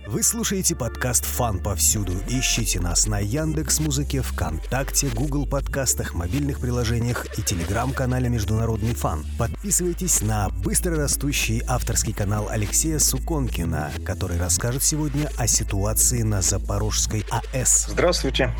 Вы слушаете подкаст «Фан повсюду». Ищите нас на Яндекс.Музыке, ВКонтакте, Google подкастах, мобильных приложениях и телеграм-канале «Международный фан». Подписывайтесь на быстрорастущий авторский канал Алексея Суконкина, который расскажет сегодня о ситуации на Запорожской АЭС. Здравствуйте.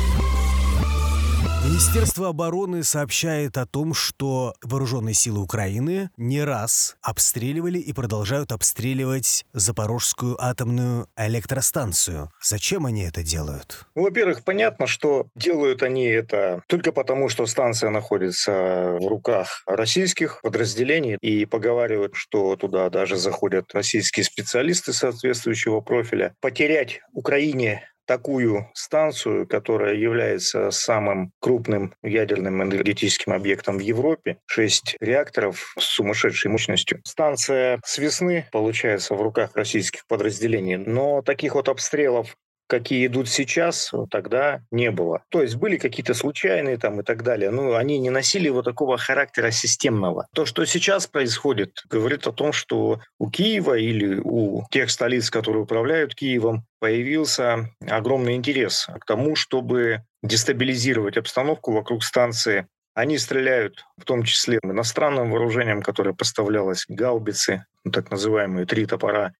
Министерство обороны сообщает о том, что вооруженные силы Украины не раз обстреливали и продолжают обстреливать Запорожскую атомную электростанцию. Зачем они это делают? Во-первых, понятно, что делают они это только потому, что станция находится в руках российских подразделений, и поговаривают, что туда даже заходят российские специалисты соответствующего профиля. Потерять Украине такую станцию, которая является самым крупным ядерным энергетическим объектом в Европе, 6 реакторов с сумасшедшей мощностью. Станция с весны, получается, в руках российских подразделений, но таких вот обстрелов, какие идут сейчас, тогда не было. То есть были какие-то случайные там и так далее, но они не носили вот такого характера системного. То, что сейчас происходит, говорит о том, что у Киева или у тех столиц, которые управляют Киевом, появился огромный интерес к тому, чтобы дестабилизировать обстановку вокруг станции. Они стреляют в том числе иностранным вооружением, которое поставлялось, гаубицы, так называемые 3 топора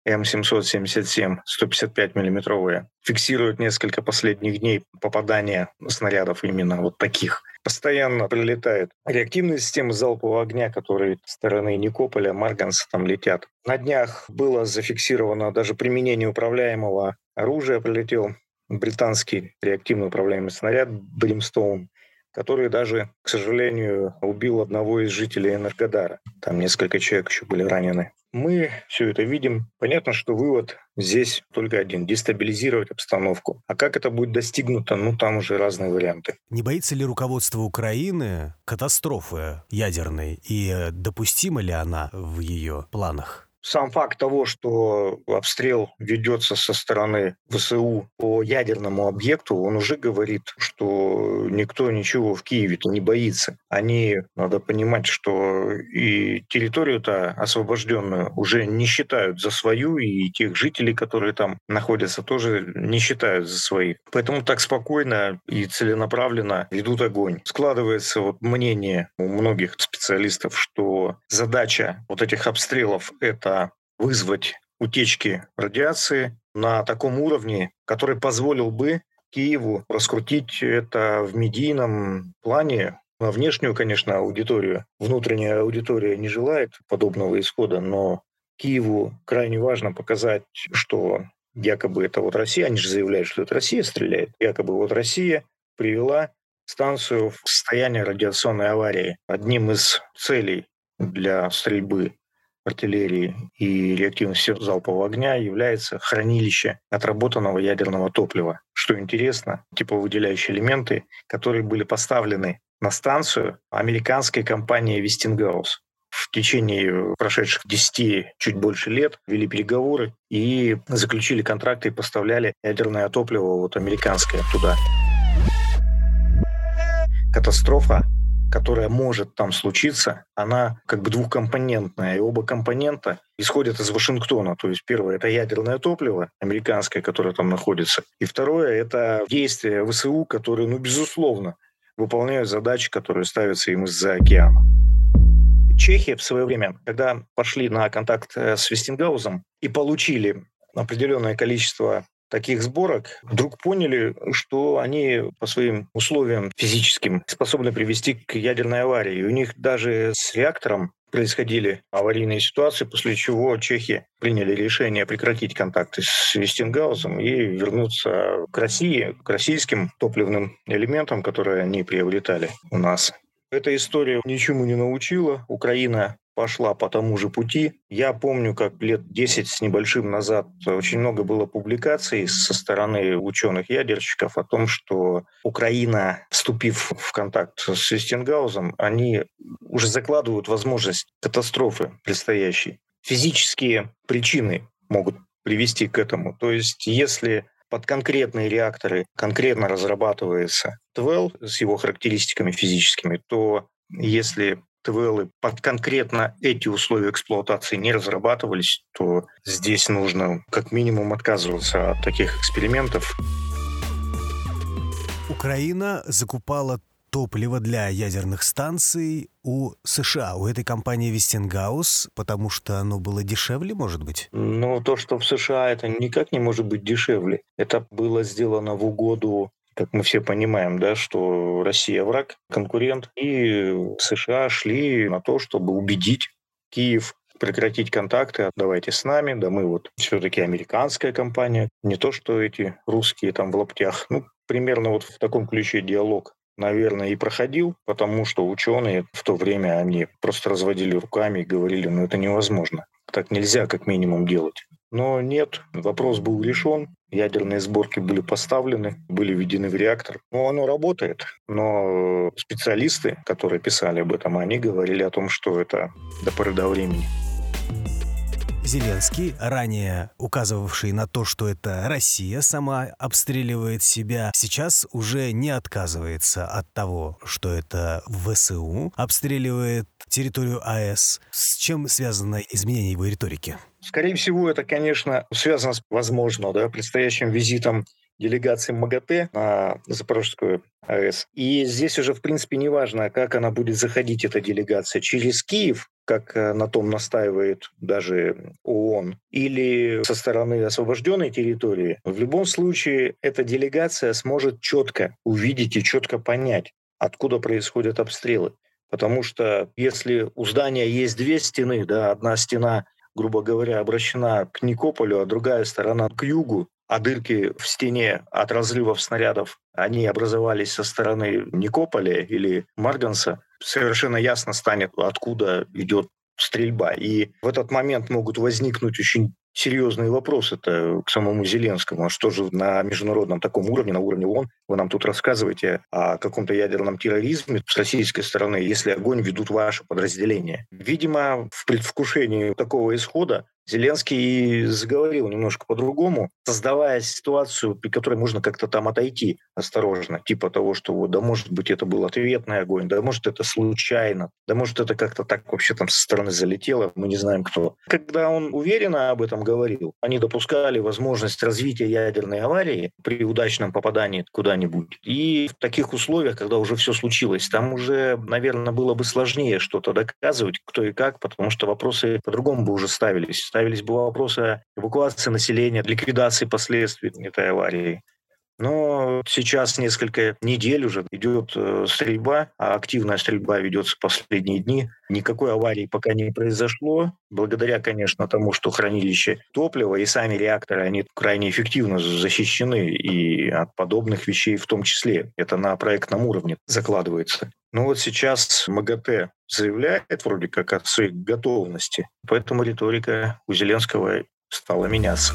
М777, 155 миллиметровые, фиксируют несколько последних дней попадания снарядов именно вот таких. Постоянно прилетают реактивные системы залпового огня, которые со стороны Никополя, Марганца там летят. На днях было зафиксировано даже применение управляемого оружия, прилетел британский реактивно управляемый снаряд «Бримстоун», который даже, к сожалению, убил одного из жителей Энергодара. Там несколько человек еще были ранены. Мы все это видим. Понятно, что вывод здесь только один – дестабилизировать обстановку. А как это будет достигнуто, там уже разные варианты. Не боится ли руководство Украины катастрофы ядерной и допустима ли она в ее планах? Сам факт того, что обстрел ведется со стороны ВСУ по ядерному объекту, он уже говорит, что никто ничего в Киеве-то не боится. Надо понимать, что и территорию-то освобожденную уже не считают за свою, и тех жителей, которые там находятся, тоже не считают за своих. Поэтому так спокойно и целенаправленно ведут огонь. Складывается мнение у многих специалистов, что задача вот этих обстрелов — это вызвать утечки радиации на таком уровне, который позволил бы Киеву раскрутить это в медийном плане. На внешнюю, конечно, аудиторию. Внутренняя аудитория не желает подобного исхода, но Киеву крайне важно показать, что якобы это Россия, они же заявляют, что это Россия стреляет, якобы Россия привела станцию в состояние радиационной аварии. Одним из целей для стрельбы артиллерии и реактивных систем залпового огня является хранилище отработанного ядерного топлива. Что интересно, тепловыделяющие элементы, которые были поставлены на станцию американской компанией Westinghouse. В течение прошедших 10, чуть больше лет вели переговоры и заключили контракты и поставляли ядерное топливо американское туда. Катастрофа, которая может там случиться, она двухкомпонентная. И оба компонента исходят из Вашингтона. То есть первое — это ядерное топливо американское, которое там находится. И второе — это действия ВСУ, которые, безусловно, выполняют задачи, которые ставятся им из-за океана. Чехия в свое время, когда пошли на контакт с Вестингаузом и получили определенное количество таких сборок, вдруг поняли, что они по своим условиям физическим способны привести к ядерной аварии. И у них даже с реактором происходили аварийные ситуации, после чего чехи приняли решение прекратить контакты с Вестингаузом и вернуться к России, к российским топливным элементам, которые они приобретали у нас. Эта история ничему не научила. Украина пошла по тому же пути. Я помню, как лет 10 с небольшим назад очень много было публикаций со стороны ученых-ядерщиков о том, что Украина, вступив в контакт с Вестингаузом, они уже закладывают возможность катастрофы предстоящей. Физические причины могут привести к этому. То есть если под конкретные реакторы конкретно разрабатывается ТВЭЛ с его характеристиками физическими, то если ТВЛы под конкретно эти условия эксплуатации не разрабатывались, то здесь нужно как минимум отказываться от таких экспериментов. Украина закупала топливо для ядерных станций у США, у этой компании Westinghouse, потому что оно было дешевле, может быть? Но то, что в США, это никак не может быть дешевле. Это было сделано в угоду, как мы все понимаем, да, что Россия враг, конкурент, и США шли на то, чтобы убедить Киев прекратить контакты, давайте с нами, да мы вот все-таки американская компания, не то, что эти русские там в лаптях. Ну, примерно вот в таком ключе диалог, наверное, и проходил, потому что ученые в то время, они просто разводили руками и говорили, ну это невозможно, так нельзя как минимум делать. Но нет, вопрос был решен, ядерные сборки были поставлены, были введены в реактор. Ну, оно работает, но специалисты, которые писали об этом, они говорили о том, что это до поры до времени. Зеленский, ранее указывавший на то, что это Россия сама обстреливает себя, сейчас уже не отказывается от того, что это ВСУ обстреливает территорию АЭС. С чем связано изменение его риторики? Скорее всего, это, конечно, связано с, возможно, предстоящим визитом делегации МАГАТЭ на Запорожскую АЭС. И здесь уже, в принципе, не важно, как она будет заходить, эта делегация, через Киев, как на том настаивает даже ООН, или со стороны освобожденной территории. В любом случае, эта делегация сможет четко увидеть и четко понять, откуда происходят обстрелы. Потому что если у здания есть две стены, одна стена, грубо говоря, обращена к Никополю, а другая сторона к югу, а дырки в стене от разрывов снарядов, они образовались со стороны Никополя или Марганца, совершенно ясно станет, откуда идет стрельба. И в этот момент могут возникнуть очень серьезные вопросы-то к самому Зеленскому. А что же на международном таком уровне, на уровне ООН, вы нам тут рассказываете о каком-то ядерном терроризме с российской стороны, если огонь ведут ваши подразделения? Видимо, в предвкушении такого исхода Зеленский заговорил немножко по-другому, создавая ситуацию, при которой можно как-то там отойти осторожно, типа того, что вот, да может быть это был ответный огонь, да может это случайно, да может это как-то так вообще там со стороны залетело, мы не знаем кто. Когда он уверенно об этом говорил, они допускали возможность развития ядерной аварии при удачном попадании куда-нибудь. И в таких условиях, когда уже все случилось, там уже, наверное, было бы сложнее что-то доказывать, кто и как, потому что вопросы по-другому бы уже ставились. Ставились бы вопросы эвакуации населения, ликвидации последствий этой аварии. Но сейчас несколько недель уже идет стрельба, а активная стрельба ведется последние дни. Никакой аварии пока не произошло, благодаря, конечно, тому, что хранилище топлива и сами реакторы, они крайне эффективно защищены и от подобных вещей в том числе. Это на проектном уровне закладывается. Но вот сейчас МАГАТЭ заявляет вроде как о своей готовности, поэтому риторика у Зеленского стала меняться.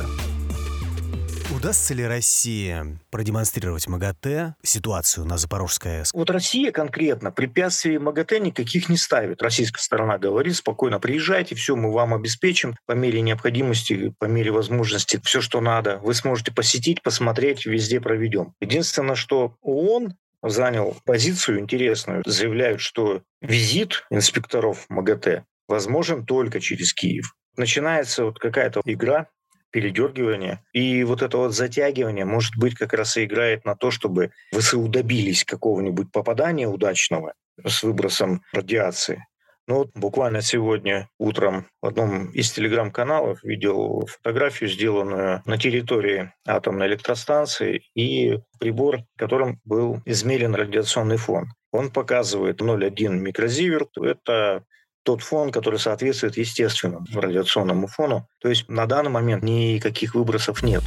Удастся ли России продемонстрировать МАГАТЭ ситуацию на Запорожской АЭС? Вот Россия конкретно препятствий МАГАТЭ никаких не ставит. Российская сторона говорит, спокойно приезжайте, все мы вам обеспечим по мере необходимости, по мере возможности, все, что надо. Вы сможете посетить, посмотреть, везде проведем. Единственное, что ООН занял позицию интересную. Заявляют, что визит инспекторов МАГАТЭ возможен только через Киев. Начинается вот какая-то игра, передергивание. И вот это вот затягивание, может быть, как раз и играет на то, чтобы ВСУ добились какого-нибудь попадания удачного с выбросом радиации. Но вот буквально сегодня утром в одном из телеграм-каналов видел фотографию, сделанную на территории атомной электростанции, и прибор, которым был измерен радиационный фон. Он показывает 0,1 микрозиверт. Это тот фон, который соответствует естественному радиационному фону. То есть на данный момент никаких выбросов нет.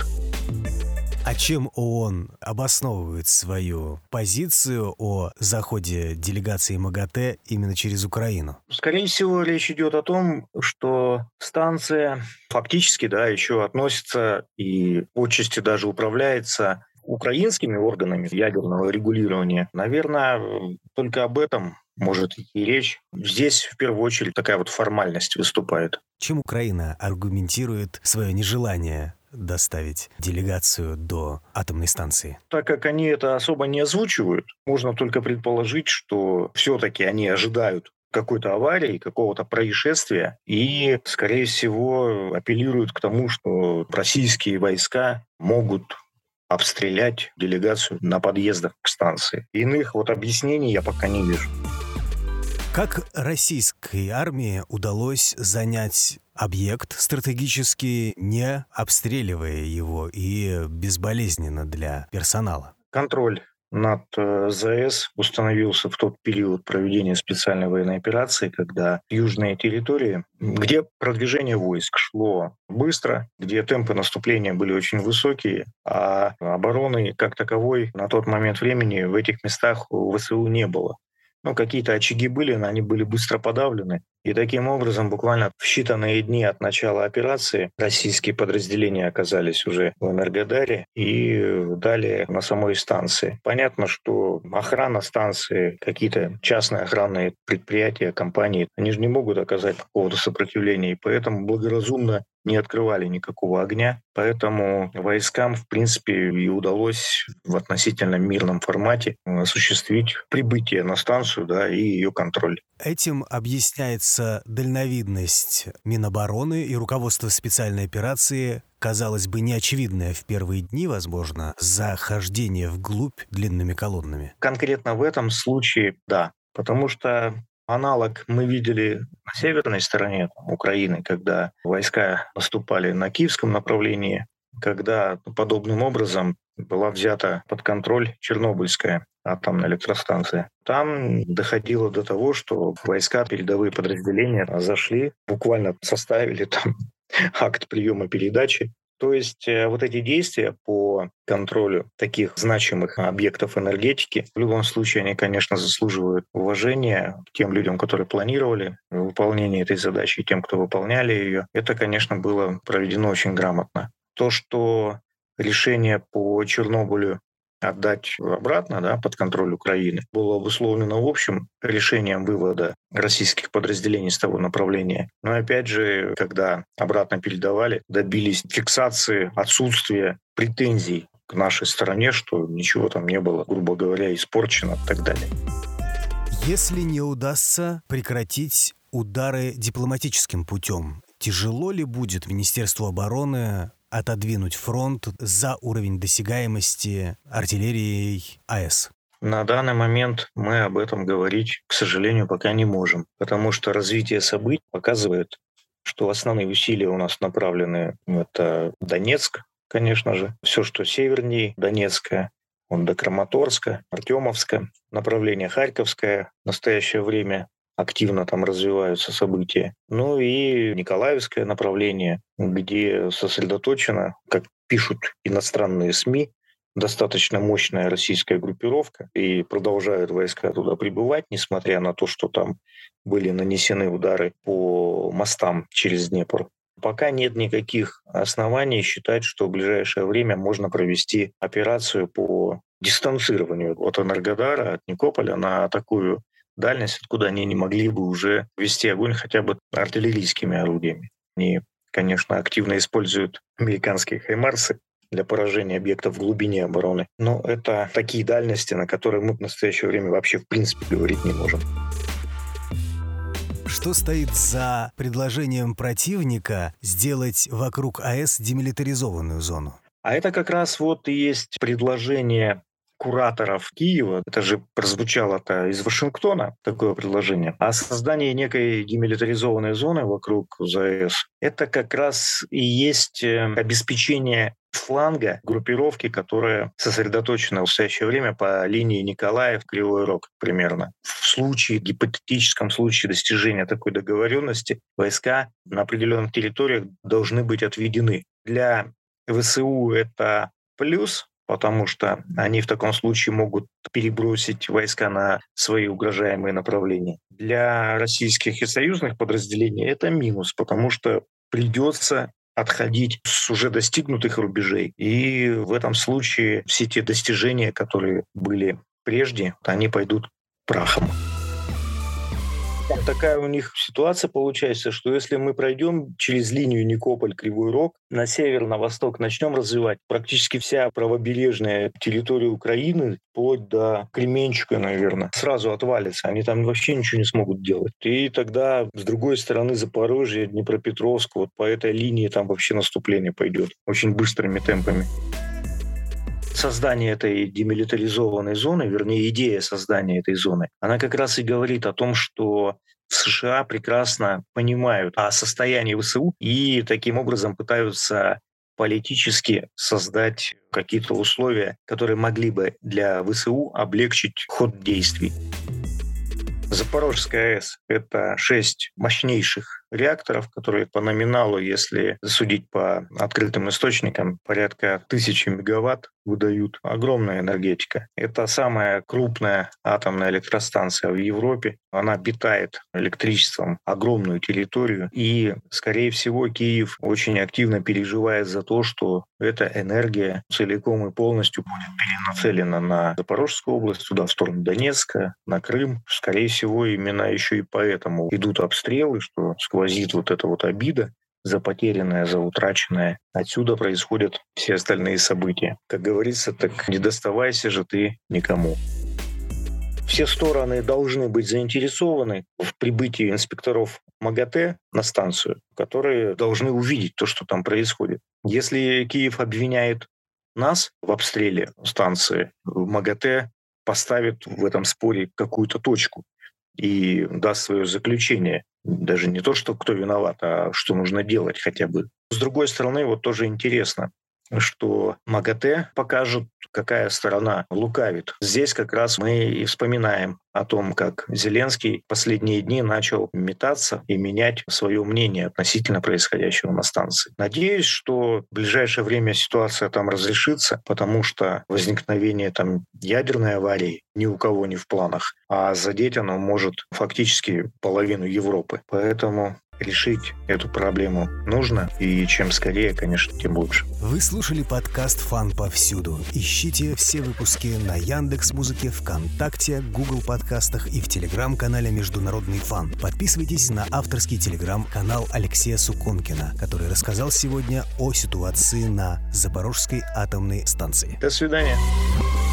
А чем ООН обосновывает свою позицию о заходе делегации МАГАТЭ именно через Украину? Скорее всего, речь идет о том, что станция фактически еще относится и отчасти даже управляется украинскими органами ядерного регулирования. Наверное, только об этом может идти речь. Здесь, в первую очередь, такая вот формальность выступает. Чем Украина аргументирует свое нежелание доставить делегацию до атомной станции? Так как они это особо не озвучивают, можно только предположить, что все-таки они ожидают какой-то аварии, какого-то происшествия, и, скорее всего, апеллируют к тому, что российские войска могут обстрелять делегацию на подъездах к станции. Иных объяснений я пока не вижу. Как российской армии удалось занять объект стратегически, не обстреливая его и безболезненно для персонала? Контроль над ЗАЭС установился в тот период проведения специальной военной операции, когда южные территории, где продвижение войск шло быстро, где темпы наступления были очень высокие, а обороны как таковой на тот момент времени в этих местах у ВСУ не было. Какие-то очаги были, но они были быстро подавлены. И таким образом, буквально в считанные дни от начала операции российские подразделения оказались уже в Энергодаре и далее на самой станции. Понятно, что охрана станции, какие-то частные охранные предприятия, компании, они же не могут оказать какого-то сопротивления, и поэтому благоразумно не открывали никакого огня. Поэтому войскам, в принципе, и удалось в относительно мирном формате осуществить прибытие на станцию, и ее контроль. Этим объясняется дальновидность Минобороны и руководства специальной операции, казалось бы, неочевидное в первые дни, возможно, захождение вглубь длинными колоннами. Конкретно в этом случае, да. Потому что аналог мы видели на северной стороне Украины, когда войска наступали на киевском направлении, когда подобным образом была взята под контроль Чернобыльская атомная электростанция. Там доходило до того, что войска, передовые подразделения зашли, буквально составили там акт приема передачи. То есть эти действия по контролю таких значимых объектов энергетики, в любом случае, они, конечно, заслуживают уважения тем людям, которые планировали выполнение этой задачи, и тем, кто выполняли ее. Это, конечно, было проведено очень грамотно. То, что решение по Чернобылю отдать обратно, под контроль Украины, было обусловлено, в общем, решением вывода российских подразделений с того направления. Но опять же, когда обратно передавали, добились фиксации отсутствия претензий к нашей стороне, что ничего там не было, грубо говоря, испорчено и так далее. Если не удастся прекратить удары дипломатическим путем, тяжело ли будет Министерству обороны отодвинуть фронт за уровень досягаемости артиллерией АЭС? На данный момент мы об этом говорить, к сожалению, пока не можем, потому что развитие событий показывает, что основные усилия у нас направлены это Донецк, конечно же, все, что севернее Донецка, до Краматорска, Артемовска, направление Харьковское в настоящее время активно там развиваются события. И Николаевское направление, где сосредоточена, как пишут иностранные СМИ, достаточно мощная российская группировка, и продолжают войска туда прибывать, несмотря на то, что там были нанесены удары по мостам через Днепр. Пока нет никаких оснований считать, что в ближайшее время можно провести операцию по дистанцированию от Энергодара, от Никополя на такую дальность, откуда они не могли бы уже вести огонь хотя бы артиллерийскими орудиями. Они, конечно, активно используют американские хаймарсы для поражения объектов в глубине обороны. Но это такие дальности, на которые мы в настоящее время вообще в принципе говорить не можем. Что стоит за предложением противника сделать вокруг АЭС демилитаризованную зону? А это как раз и есть предложение кураторов Киева, это же прозвучало-то из Вашингтона, такое предложение, о создании некой демилитаризованной зоны вокруг ЗАЭС. Это как раз и есть обеспечение фланга группировки, которая сосредоточена в настоящее время по линии Николаев-Кривой Рог примерно. В гипотетическом случае достижения такой договоренности войска на определенных территориях должны быть отведены. Для ВСУ это плюс, потому что они в таком случае могут перебросить войска на свои угрожаемые направления. Для российских и союзных подразделений это минус, потому что придется отходить с уже достигнутых рубежей. И в этом случае все те достижения, которые были прежде, они пойдут прахом. такая у них ситуация получается, что если мы пройдем через линию Никополь-Кривой Рог, на север, на восток начнем развивать, практически вся правобережная территория Украины, вплоть до Кременчуга, наверное, сразу отвалится. Они там вообще ничего не смогут делать. И тогда с другой стороны Запорожье, Днепропетровск, вот по этой линии там вообще наступление пойдет очень быстрыми темпами. Создание этой демилитаризованной зоны, вернее, идея создания этой зоны, она как раз и говорит о том, что США прекрасно понимают о состоянии ВСУ и таким образом пытаются политически создать какие-то условия, которые могли бы для ВСУ облегчить ход действий. Запорожская АЭС — это 6 мощнейших реакторов, которые по номиналу, если судить по открытым источникам, порядка 1000 мегаватт выдают. Огромная энергетика. Это самая крупная атомная электростанция в Европе. Она питает электричеством огромную территорию. И, скорее всего, Киев очень активно переживает за то, что эта энергия целиком и полностью будет перенацелена на Запорожскую область, туда, в сторону Донецка, на Крым. Скорее всего, именно еще и поэтому идут обстрелы, что сквозит вот эта вот обида за потерянное, за утраченное. Отсюда происходят все остальные события. Как говорится, так не доставайся же ты никому. Все стороны должны быть заинтересованы в прибытии инспекторов МАГАТЭ на станцию, которые должны увидеть то, что там происходит. Если Киев обвиняет нас в обстреле станции, МАГАТЭ поставит в этом споре какую-то точку и даст свое заключение. Даже не то, что кто виноват, а что нужно делать хотя бы. С другой стороны, вот тоже интересно, что МАГАТЭ покажет, какая сторона лукавит. Здесь как раз мы и вспоминаем о том, как Зеленский последние дни начал метаться и менять свое мнение относительно происходящего на станции. Надеюсь, что в ближайшее время ситуация там разрешится, потому что возникновение там ядерной аварии ни у кого не в планах, а задеть оно может фактически половину Европы. Поэтому решить эту проблему нужно, и чем скорее, конечно, тем лучше. Вы слушали подкаст «Фан повсюду». Ищите все выпуски на Яндекс.Музыке, ВКонтакте, Google подкастах и в Телеграм-канале «Международный фан». Подписывайтесь на авторский Телеграм-канал Алексея Суконкина, который рассказал сегодня о ситуации на Запорожской атомной станции. До свидания.